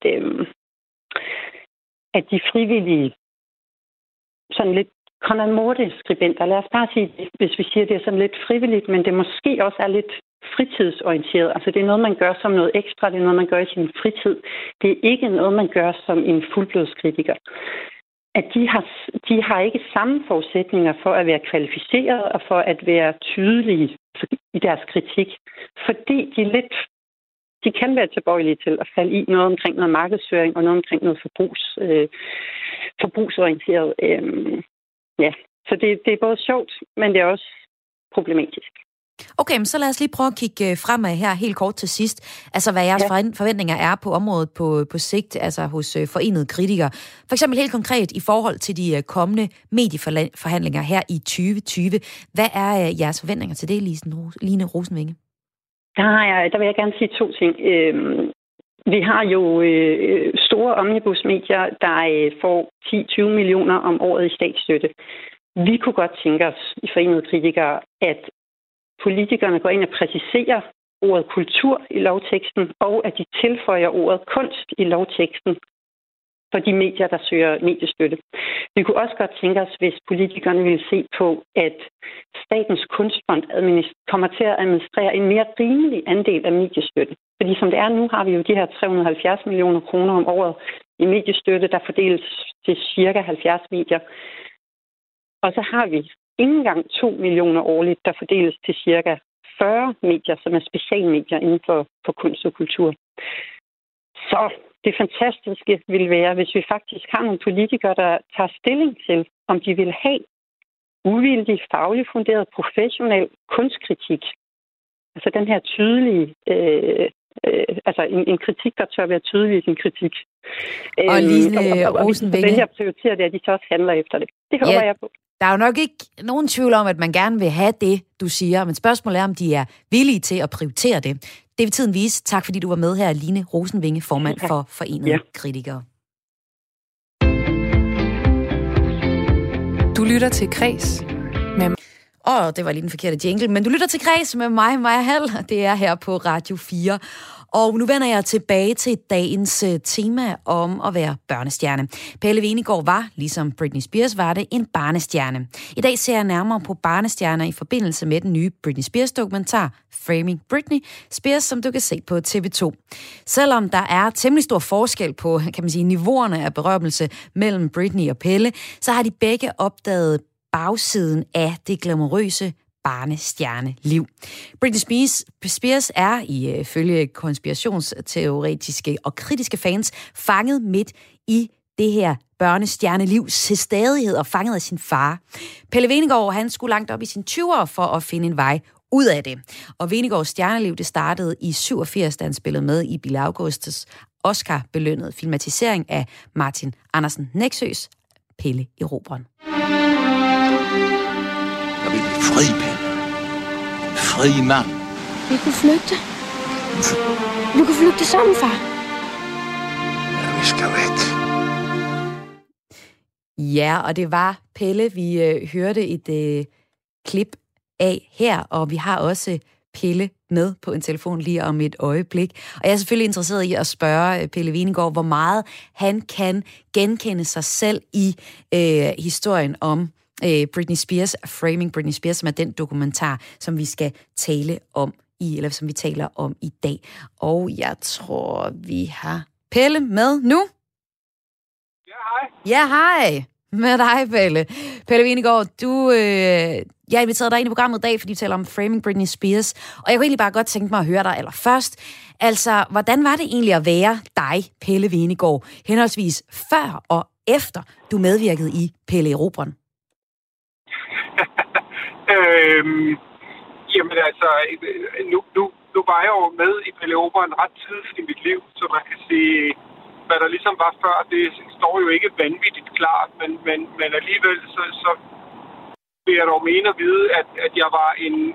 [SPEAKER 4] at de frivillige, sådan lidt Conrad Morte-skribenter, lad os bare sige, hvis vi siger, at det er sådan lidt frivilligt, men det måske også er lidt fritidsorienteret. Altså det er noget, man gør som noget ekstra, det er noget, man gør i sin fritid. Det er ikke noget, man gør som en fuldblodskritiker. At de har ikke samme forudsætninger for at være kvalificeret og for at være tydelige i deres kritik. Fordi de kan være tilbøjelige til at falde i noget omkring noget markedsføring og noget omkring noget forbrugsorienteret. Ja, så det er både sjovt, men det er også problematisk.
[SPEAKER 1] Okay, men så lad os lige prøve at kigge fremad her helt kort til sidst. Altså, hvad jeres forventninger er på området på sigt, altså hos Forenede Kritikere. For eksempel helt konkret i forhold til de kommende medieforhandlinger her i 2020. Hvad er jeres forventninger til det, Line Rosenvinge?
[SPEAKER 4] Der vil jeg gerne sige to ting. Vi har jo store omnibusmedier, der får 10-20 millioner om året i statsstøtte. Vi kunne godt tænke os i Forenede Kritikere, at politikerne går ind og præciserer ordet kultur i lovteksten, og at de tilføjer ordet kunst i lovteksten for de medier, der søger mediestøtte. Vi kunne også godt tænke os, hvis politikerne ville se på, at Statens Kunstfond kommer til at administrere en mere rimelig andel af mediestøtte. Fordi som det er nu, har vi jo de her 370 millioner kroner om året i mediestøtte, der fordeles til cirka 70 medier. Og så har vi ikke engang 2 millioner årligt, der fordeles til cirka 40 medier, som er specialmedier inden for kunst og kultur. Så det fantastiske vil være, hvis vi faktisk har nogle politikere, der tager stilling til, om de vil have uvildig, fagligt funderet, professionel kunstkritik. Altså den her tydelige, en kritik, der tør være tydelig i sin kritik.
[SPEAKER 1] Og Line Rosenvinge.
[SPEAKER 4] Og vælger at prioritere det, at de så også handler efter det. Det håber jeg på.
[SPEAKER 1] Der er jo nok ikke nogen tvivl om, at man gerne vil have det, du siger, men spørgsmålet er, om de er villige til at prioritere det. Det vil tiden vise. Tak fordi du var med her, Line Rosenvinge, formand for Forenede Kritikere.
[SPEAKER 7] Du lytter til Kres med
[SPEAKER 1] det var lige den forkerte jingle, men du lytter til Kres med mig, Maja Hall, og det er her på Radio 4. Og nu vender jeg tilbage til dagens tema om at være børnestjerne. Pelle Hvenegaard var, ligesom Britney Spears var det, en barnestjerne. I dag ser jeg nærmere på barnestjerner i forbindelse med den nye Britney Spears dokumentar Framing Britney Spears, som du kan se på TV2. Selvom der er temmelig stor forskel på, kan man sige, niveauerne af berømmelse mellem Britney og Pelle, så har de begge opdaget bagsiden af det glamourøse barnestjerneliv. Britney Spears er ifølge konspirationsteoretiske og kritiske fans fanget midt i det her børnestjerneliv til stadighed og fanget af sin far. Pelle Hvenegaard, han skulle langt op i sine 20'ere for at finde en vej ud af det. Og Hvenegaards stjerneliv, det startede i 87, da han spillede med i Bille Augustes Oscar-belønnede filmatisering af Martin Andersen Nexøs Pelle Erobreren.
[SPEAKER 8] Jeg vil blive fri, Pelle. Fri mand.
[SPEAKER 2] Vi kunne flygte. Vi kunne flygte sammen, far.
[SPEAKER 8] Ja, vi skal væk.
[SPEAKER 1] Ja, og det var Pelle, vi hørte et klip af her, og vi har også Pelle med på en telefon lige om et øjeblik. Og jeg er selvfølgelig interesseret i at spørge Pelle Hvenegaard, hvor meget han kan genkende sig selv i historien om Britney Spears, Framing Britney Spears, som er den dokumentar, som vi skal tale om eller som vi taler om i dag. Og jeg tror, vi har Pelle med nu.
[SPEAKER 9] Ja, hej.
[SPEAKER 1] Ja, hej. Med dig, Pelle. Pelle Hvenegaard, jeg inviterede dig ind i programmet i dag, fordi vi taler om Framing Britney Spears, og jeg kunne egentlig bare godt tænke mig at høre dig allerførst. Altså, hvordan var det egentlig at være dig, Pelle Hvenegaard, henholdsvis før og efter du medvirkede i Pelle Erobreren?
[SPEAKER 9] Jamen altså, nu var jeg jo med i Pelle Erobreren ret tidligt i mit liv, så man kan sige, hvad der ligesom var før, det står jo ikke vanvittigt klart, men alligevel så vil jeg dog mene at vide, at jeg var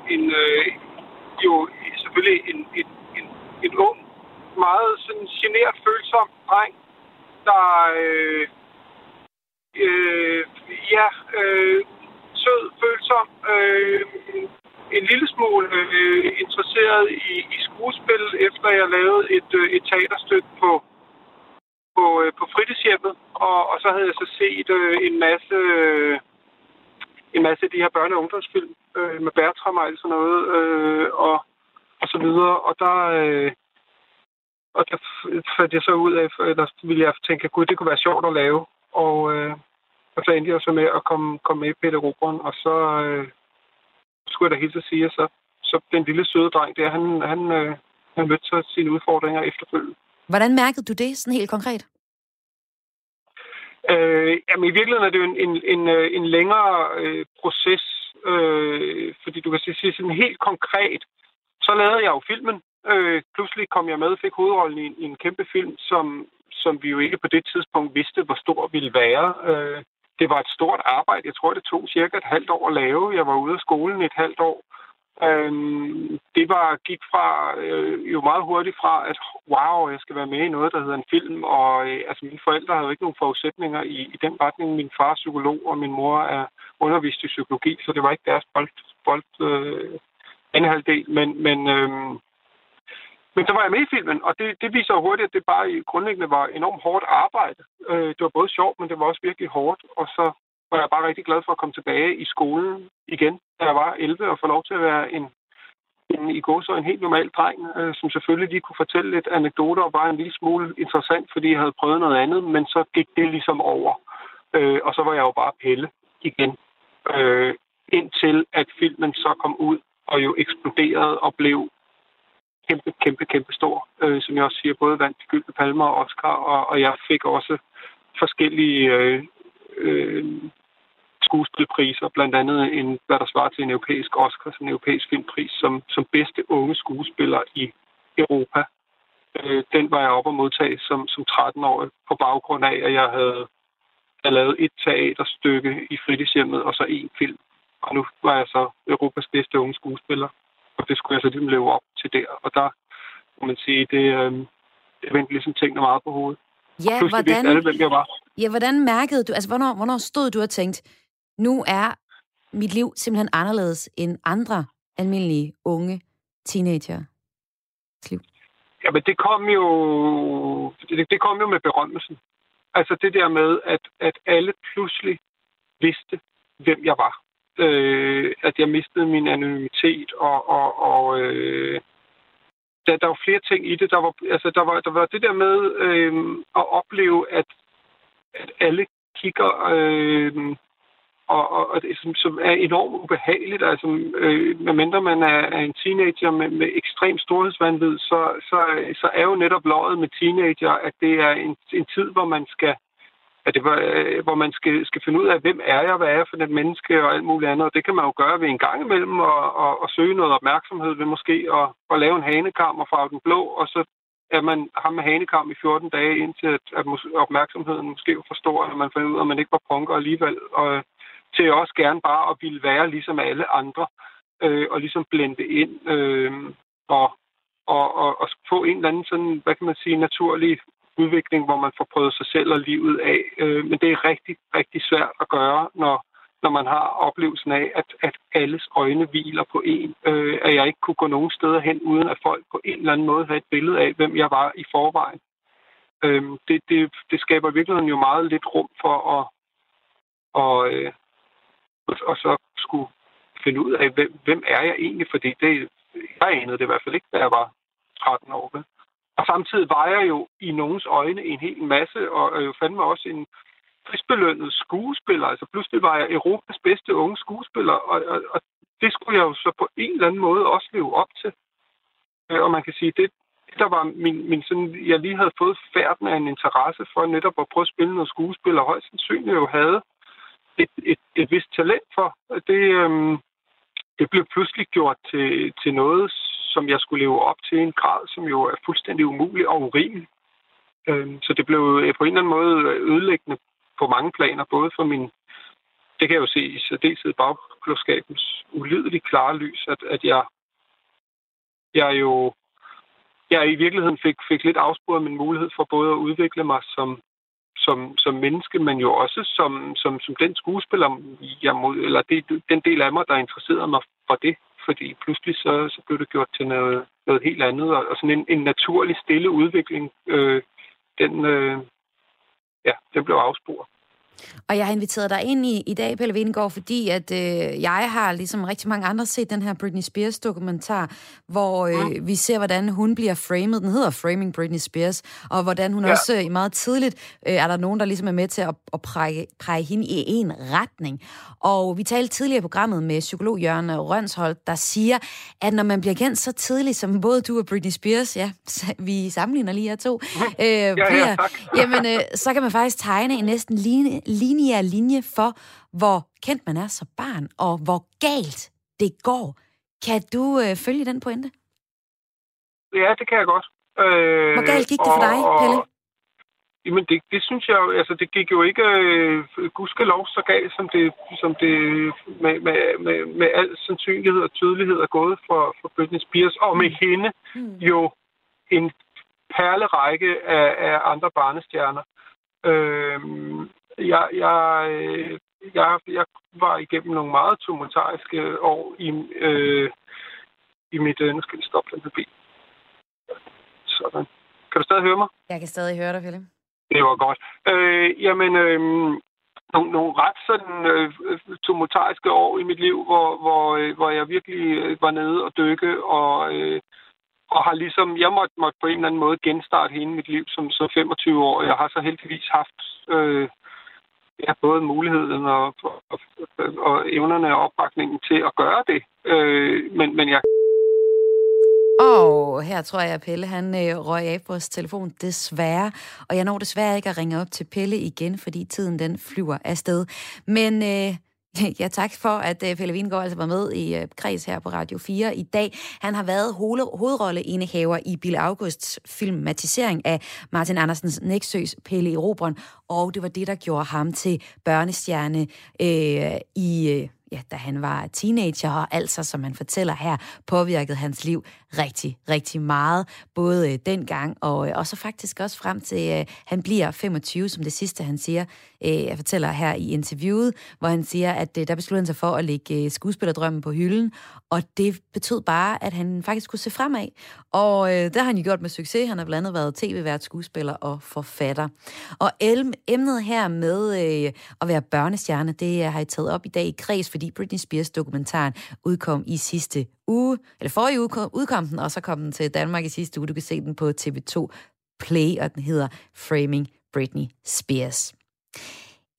[SPEAKER 9] jo selvfølgelig en ung, meget sådan genert, følsom dreng, der sød, følsom, en lille smule interesseret i skuespil, efter jeg lavede et teaterstykke på fritidshjemmet, og så havde jeg så set en masse af de her børne- og ungdomsfilm med Bertram og alt sådan noget, og så videre, og der fandt jeg så ud af, eller ville jeg tænke, at gud, det kunne være sjovt at lave, og så endte jeg så med at komme med i Pelle Erobreren, og så skulle jeg da helt at sige, at så den lille søde dreng der, han mødte så sine udfordringer efterfølgende.
[SPEAKER 1] Hvordan mærkede du det, sådan helt konkret?
[SPEAKER 9] Jamen i virkeligheden er det jo en længere proces, fordi du kan sige sådan helt konkret, så lavede jeg jo filmen. Pludselig kom jeg med og fik hovedrollen i en kæmpe film, som vi jo ikke på det tidspunkt vidste, hvor stor ville være. Det var et stort arbejde. Jeg tror, det tog cirka et halvt år at lave. Jeg var ude af skolen et halvt år. Det gik fra jo meget hurtigt fra, at wow, jeg skal være med i noget, der hedder en film, og altså mine forældre havde jo ikke nogen forudsætninger i den retning. Min far er psykolog, og min mor er undervist i psykologi, så det var ikke deres anden halvdel, men så var jeg med i filmen, og det viser jo hurtigt, at det bare grundlæggende var enormt hårdt arbejde. Det var både sjovt, men det var også virkelig hårdt, og så var jeg bare rigtig glad for at komme tilbage i skolen igen, da jeg var 11, og få lov til at være en helt normal dreng, som selvfølgelig lige kunne fortælle lidt anekdoter og bare en lille smule interessant, fordi jeg havde prøvet noget andet, men så gik det ligesom over. Og så var jeg jo bare Pelle igen, indtil at filmen så kom ud og jo eksploderede og blev kæmpe stor, som jeg også siger, både vandt de Gyldne Palmer og Oscar, og jeg fik også forskellige skuespilpriser, blandt andet hvad der svarer til en europæisk Oscar, en europæisk filmpris, som bedste unge skuespiller i Europa. Den var jeg oppe at modtage som 13-årig på baggrund af, at jeg havde lavet et teaterstykke i fritidshjemmet og så en film. Og nu var jeg så Europas bedste unge skuespiller, og det skulle jeg så ligesom leve op til der. Og der må man sige, det vendte ligesom tingene meget på hovedet.
[SPEAKER 1] Ja, hvordan mærkede du, altså hvornår stod du og tænkte, nu er mit liv simpelthen anderledes end andre almindelige unge teenager liv?
[SPEAKER 9] Jamen det kom jo med berømmelsen. Altså det der med, at alle pludselig vidste, hvem jeg var. At jeg mistede min anonymitet, og der var flere ting i det. Der var det der med at opleve, at alle kigger og det, som er enormt ubehageligt. Altså, medmindre man er en teenager med ekstrem storhedsvanvid, så er jo netop løjet med teenager, at det er en tid, hvor man skal hvor man skal finde ud af, hvem er jeg, hvad er jeg for et menneske og alt muligt andet. Og det kan man jo gøre ved en gang imellem og søge noget opmærksomhed ved måske at lave en hanekam og farve den blå, og så er man ham med hanekam i 14 dage, indtil at opmærksomheden måske var for stor, og man finder ud af, at man ikke var punker alligevel. Og til også gerne bare at ville være ligesom alle andre, og ligesom blende ind, og få en eller anden sådan, hvad kan man sige, naturlig udvikling, hvor man får prøvet sig selv og livet af. Men det er rigtig, rigtig svært at gøre, når man har oplevelsen af, at alles øjne hviler på en. At jeg ikke kunne gå nogen steder hen, uden at folk på en eller anden måde havde et billede af, hvem jeg var i forvejen. Det skaber i virkeligheden jo meget lidt rum for og så skulle finde ud af, hvem er jeg egentlig, fordi jeg anede det i hvert fald ikke, da jeg var 13 år. Og samtidig var jeg jo i nogens øjne en hel masse, og jo fandme også en prisbelønnet skuespiller. Altså pludselig var jeg Europas bedste unge skuespiller, og det skulle jeg jo så på en eller anden måde også leve op til. Og man kan sige, det der var min sådan, jeg lige havde fået færden af en interesse for netop at prøve at spille noget skuespil, og højst sandsynligt jo havde et vist talent for. Det blev pludselig gjort til noget, som jeg skulle leve op til i en grad, som jo er fuldstændig umulig og urimelig. Så det blev på en eller anden måde ødelæggende på mange planer, både for det kan jeg jo se i særdeleshed bagklodskabens ulideligt klare lys, at jeg i virkeligheden fik lidt afsporet min mulighed for både at udvikle mig som menneske, men jo også som den skuespiller, eller den del af mig, der interesserede mig for det. Fordi pludselig så blev det gjort til noget helt andet, og sådan en naturlig stille udvikling, den blev afsporet.
[SPEAKER 1] Og jeg har inviteret dig ind i dag, Pelle Hvenegaard, fordi at jeg har, ligesom rigtig mange andre, set den her Britney Spears dokumentar, hvor vi ser, hvordan hun bliver framed. Den hedder Framing Britney Spears, og hvordan hun også meget tidligt er der nogen, der ligesom er med til at præge hende i en retning. Og vi talte tidligere i programmet med psykolog Jørgen Rønsholt, der siger, at når man bliver kendt så tidligt, som både du og Britney Spears, vi sammenligner lige her to, så kan man faktisk tegne en næsten lineær linje for, hvor kendt man er som barn, og hvor galt det går. Kan du følge den pointe?
[SPEAKER 9] Ja, det kan jeg godt.
[SPEAKER 1] Hvor galt gik det for dig, Pelle?
[SPEAKER 9] Jamen, det synes jeg jo, altså det gik jo ikke gudskelov så galt, som det med al sandsynlighed og tydelighed er gået for Britney Spears, og med hende jo en perlerække af andre barnestjerner. Jeg var igennem nogle meget tumultariske år i mit... Nu skal vi stoppe den forbi. Sådan. Kan du stadig høre mig?
[SPEAKER 1] Jeg kan stadig høre dig, Pelle.
[SPEAKER 9] Det var godt. Nogle ret sådan tumultariske år i mit liv, hvor jeg virkelig var nede og dykke, og har ligesom... Jeg måtte på en eller anden måde genstarte hele mit liv som 25 år. Jeg har så heldigvis haft... både muligheden og evnerne og opbakningen til at gøre det. Men jeg...
[SPEAKER 1] Og her tror jeg, at Pelle han røg af på vores telefon, desværre. Og jeg når desværre ikke at ringe op til Pelle igen, fordi tiden den flyver afsted. Men tak for, at Pelle Hvenegaard altså var med i Kreds her på Radio 4 i dag. Han har været hovedrolleindehaver i Bille Augusts filmatisering af Martin Andersens Nexøs Pelle Erobreren, og det var det, der gjorde ham til børnestjerne da han var teenager, og altså, som han fortæller her, påvirkede hans liv rigtig, rigtig meget. Både dengang, og så faktisk også frem til, han bliver 25, som det sidste, han siger. Jeg fortæller her i interviewet, hvor han siger, at der besluttede han sig for at lægge skuespillerdrømmen på hylden, og det betød bare, at han faktisk kunne se fremad. Og det har han jo gjort med succes. Han har blandt andet været tv-vært, skuespiller og forfatter. Og emnet her med at være børnestjerne, det har jeg taget op i dag i Kreds, fordi Britney Spears-dokumentaren udkom i sidste uge, eller forrige uge udkom den, og så kom den til Danmark i sidste uge. Du kan se den på TV2 Play, og den hedder Framing Britney Spears.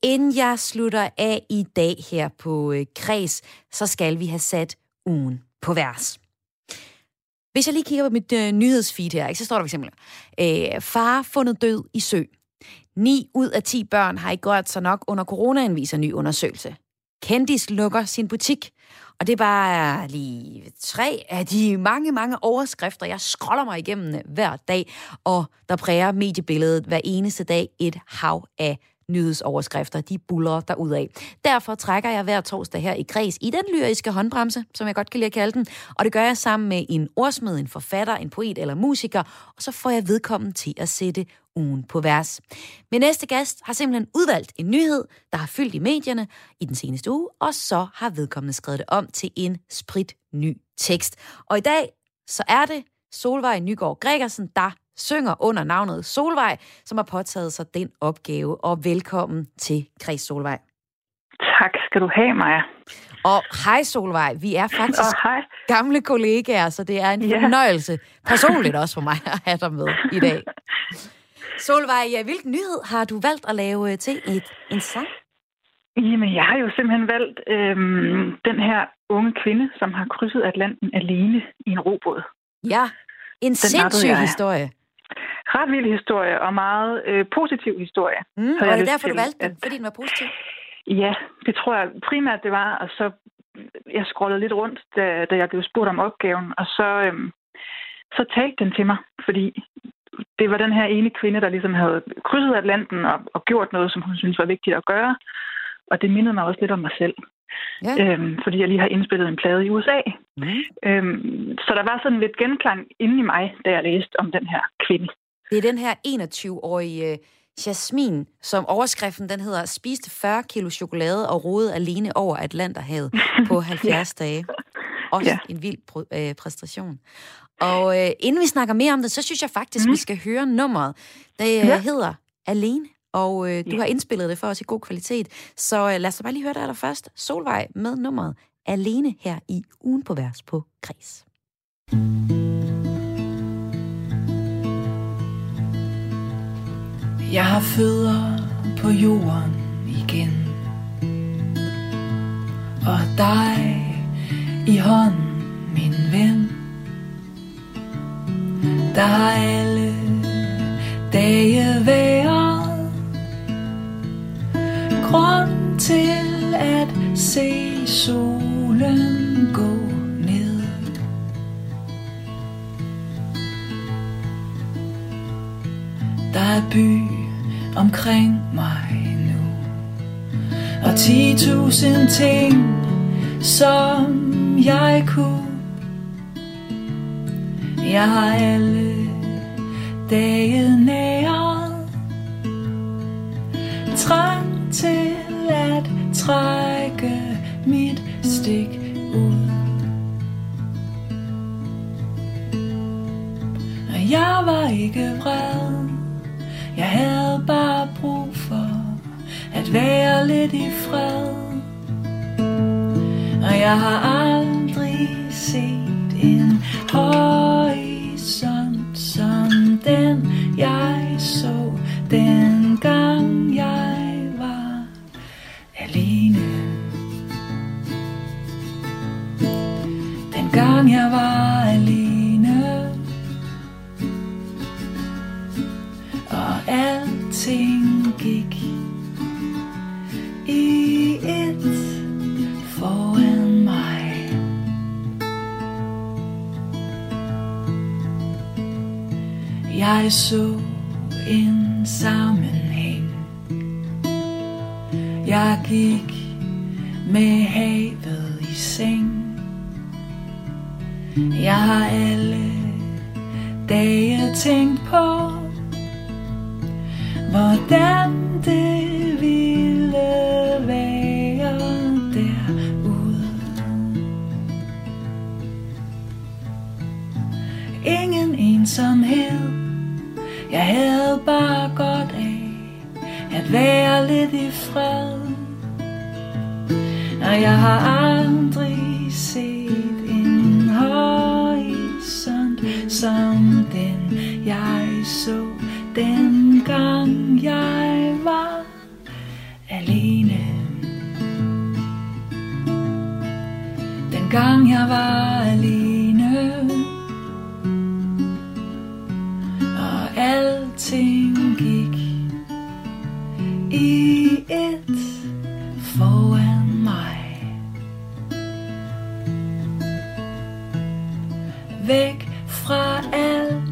[SPEAKER 1] Inden jeg slutter af i dag her på Kreds, så skal vi have sat ugen på vers. Hvis jeg lige kigger på mit nyhedsfeed her, så står der for eksempel, far fundet død i sø. 9 ud af 10 børn har ikke gjort sig nok under coronaen, viser ny undersøgelse. Kendis lukker sin butik. Og det er bare lige 3 af de mange overskrifter, jeg scroller mig igennem hver dag, og der præger mediebilledet hver eneste dag et hav af nyhedsoverskrifter, de buller derudad. Derfor trækker jeg hver torsdag her i Kreds i den lyriske håndbremse, som jeg godt kan lide at kalde den, og det gør jeg sammen med en ordsmed, en forfatter, en poet eller musiker, og så får jeg vedkommende til at sætte ugen på vers. Min næste gæst har simpelthen udvalgt en nyhed, der har fyldt i medierne i den seneste uge, og så har vedkommende skrevet det om til en spritny tekst. Og i dag, så er det Solvej Nygaard Gregersen, der synger under navnet Solvej, som har påtaget sig den opgave. Og velkommen til Kreds, Solvej.
[SPEAKER 10] Tak skal du have, Maja.
[SPEAKER 1] Og hej Solvej, vi er faktisk gamle kollegaer, så det er en fornøjelse, personligt også for mig, at have dig med i dag. Solvej, hvilken nyhed har du valgt at lave til en sang?
[SPEAKER 10] Jamen, jeg har jo simpelthen valgt den her unge kvinde, som har krydset Atlanten alene i en robåd.
[SPEAKER 1] Ja, en sindssyg historie.
[SPEAKER 10] Ret vild historie, og meget positiv historie.
[SPEAKER 1] Og er det derfor, du valgte den? Fordi den var positiv?
[SPEAKER 10] Ja, det tror jeg primært, det var. Og så jeg scrollede lidt rundt, da jeg blev spurgt om opgaven, og så talte den til mig, fordi det var den her ene kvinde, der ligesom havde krydset Atlanten og gjort noget, som hun syntes var vigtigt at gøre. Og det mindede mig også lidt om mig selv. Ja. Fordi jeg lige har indspillet en plade i USA. Så der var sådan lidt genklang inde i mig, da jeg læste om den her kvinde.
[SPEAKER 1] Det er den her 21-årige Jasmin, som overskriften den hedder, spiste 40 kilo chokolade og rodede alene over Atlanterhavet på 70 dage. Også en vild præstation. Og inden vi snakker mere om det, så synes jeg faktisk, vi skal høre nummeret. Det hedder Alene, og du har indspillet det for os i god kvalitet. Så lad os bare lige høre det først. Solvej med nummeret Alene her i ugen på vers på Kreds.
[SPEAKER 11] Jeg har fødder på jorden igen, og dig i hånden, min ven. Der har alle dage været grund til at se solen gå ned. Der er by omkring mig nu, og 10.000 ting, som jeg kunne. Jeg har alle dage næret trang til at trække mit stik ud. Og jeg var ikke vred, jeg havde bare brug for at være lidt i fred. Og jeg har aldrig set en horisont som den jeg så dengang jeg var alene. Dengang jeg var alene, og alting gik i et foran mig. Jeg så en sammenhæng. Jeg gik med havet i seng. Jeg har alle dage tænkt på, hvordan det ville være derude. Ingen ensomhed, jeg havde bare godt af at være lidt i fred. Og jeg har aldrig set en horisont som den jeg så dengang jeg var alene. gang jeg var alene, og alting gik i et foran mig. Væk fra alt,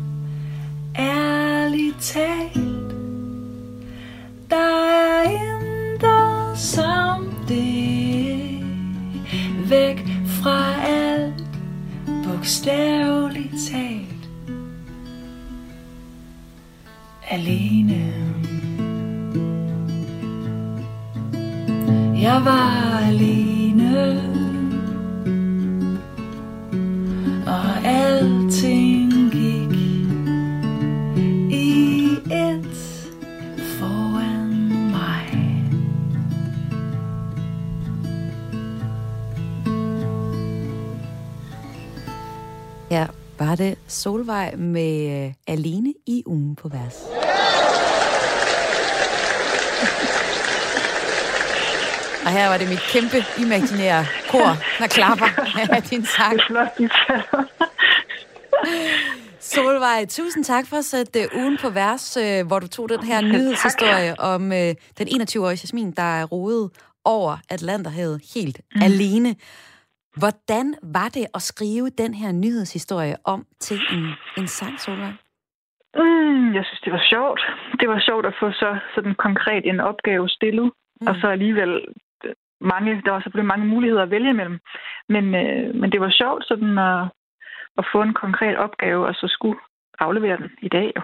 [SPEAKER 11] ærligt talt, der er intet som det. Væk fra alt, bogstaveligt talt, alene. Jeg var alene, og alting gik i et foran mig.
[SPEAKER 1] Ja, var det Solvej med Alene i ugen på vers. Og her var det mit kæmpe imaginære kor, der klapper af din sang. Solvej, tusind tak for at sætte ugen på vers, hvor du tog den her nyhedshistorie om den 21-årige Jasmin, der er rodet over Atlanterhavet helt alene. Hvordan var det at skrive den her nyhedshistorie om til en sang, Solvej?
[SPEAKER 10] Jeg synes, det var sjovt. Det var sjovt at få så sådan konkret en opgave stillet, og så alligevel der var selvfølgelig mange muligheder at vælge imellem. Men det var sjovt sådan at få en konkret opgave, og så skulle aflevere den i dag. Jo.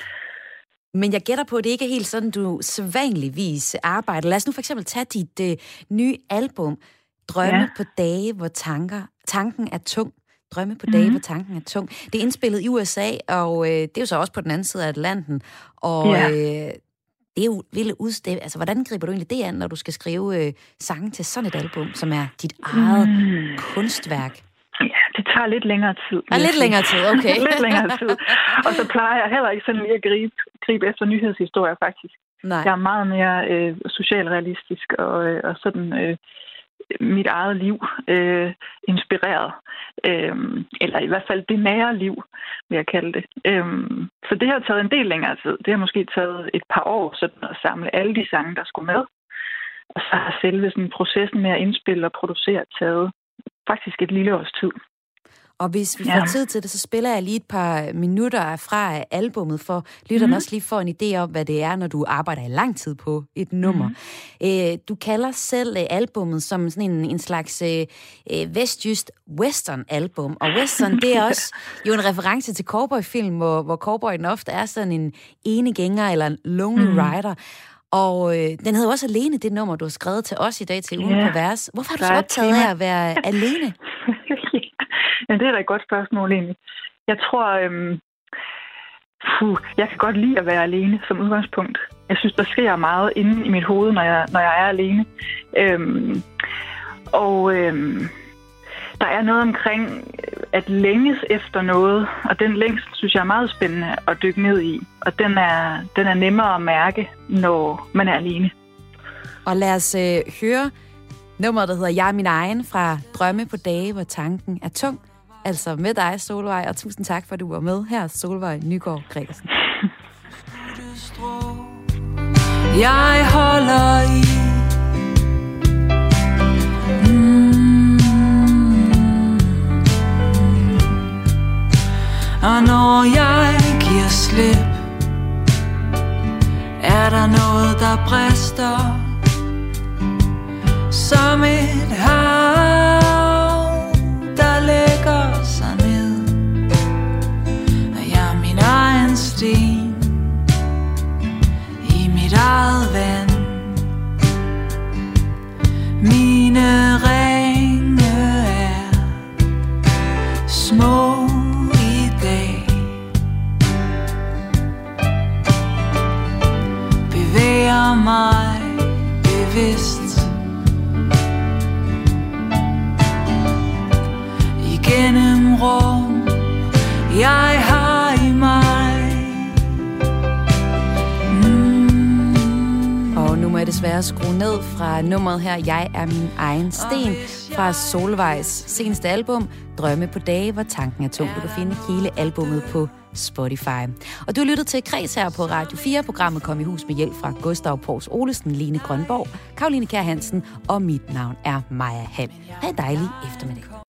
[SPEAKER 1] Men jeg gætter på, at det ikke er helt sådan, du sædvanligvis arbejder. Lad os nu for eksempel tage dit nye album, Drømme på dage, hvor tanken er tung. Drømme på dage, hvor tanken er tung. Det er indspillet i USA, og det er jo så også på den anden side af Atlanten. Og det er jo vildt udstævne. Altså, hvordan griber du egentlig det an, når du skal skrive sange til sådan et album, som er dit eget kunstværk?
[SPEAKER 10] Ja, det tager lidt længere tid.
[SPEAKER 1] Lidt længere tid, okay.
[SPEAKER 10] Lidt længere tid. Og så plejer jeg heller ikke sådan lige at gribe efter nyhedshistorier, faktisk. Nej. Jeg er meget mere socialrealistisk og sådan mit eget liv inspireret. Eller i hvert fald det nære liv, vil jeg kalde det. Så det har taget en del længere tid. Det har måske taget et par år sådan at samle alle de sange, der skulle med. Og så har selve sådan processen med at indspille og producere taget faktisk et lille års tid.
[SPEAKER 1] Og hvis vi får tid til det, så spiller jeg lige et par minutter fra albummet, for lytterne også lige får en idé om, hvad det er, når du arbejder i lang tid på et nummer. Du kalder selv albummet som sådan en slags vestjyst western-album. Og western, det er også jo en reference til cowboyfilm, hvor cowboyen ofte er sådan en enegænger eller en lonely rider. Og den hedder også Alene, det nummer, du har skrevet til os i dag til ugen på vers. Hvorfor har du så optaget af at være alene?
[SPEAKER 10] Ja, det er da et godt spørgsmål egentlig. Jeg tror, jeg kan godt lide at være alene som udgangspunkt. Jeg synes, der sker meget inde i mit hoved, når jeg er alene. Der er noget omkring at længes efter noget, og den længsel synes jeg er meget spændende at dykke ned i. Og den er nemmere at mærke, når man er alene.
[SPEAKER 1] Og lad os høre nummeret, der hedder Jeg er min egen, fra Drømme på dage, hvor tanken er tung. Altså med dig, Solvej, og tusind tak, for at du var med her, Solvej Nygaard Gregersen.
[SPEAKER 11] Jeg holder i og når jeg giver slip, er der noget, der brister som et hav, der lægger sig ned. Og jeg er min egen sten i mit eget vand. Mine ringe er små i dag. Bevæger mig bevidst gennem rum, jeg har i mig.
[SPEAKER 1] Og nu må jeg desværre skrue ned fra nummeret her, Jeg er min egen sten, fra Solvejs seneste album, Drømme på dage, hvor tanken er tung. Du kan finde hele albummet på Spotify. Og du har lyttet til Kreds her på Radio 4. Programmet kom i hus med hjælp fra Gustav Pors Olesen, Line Grønborg, Karoline Kjær Hansen, og mit navn er Maja Hall. Ha' en dejlig eftermiddag.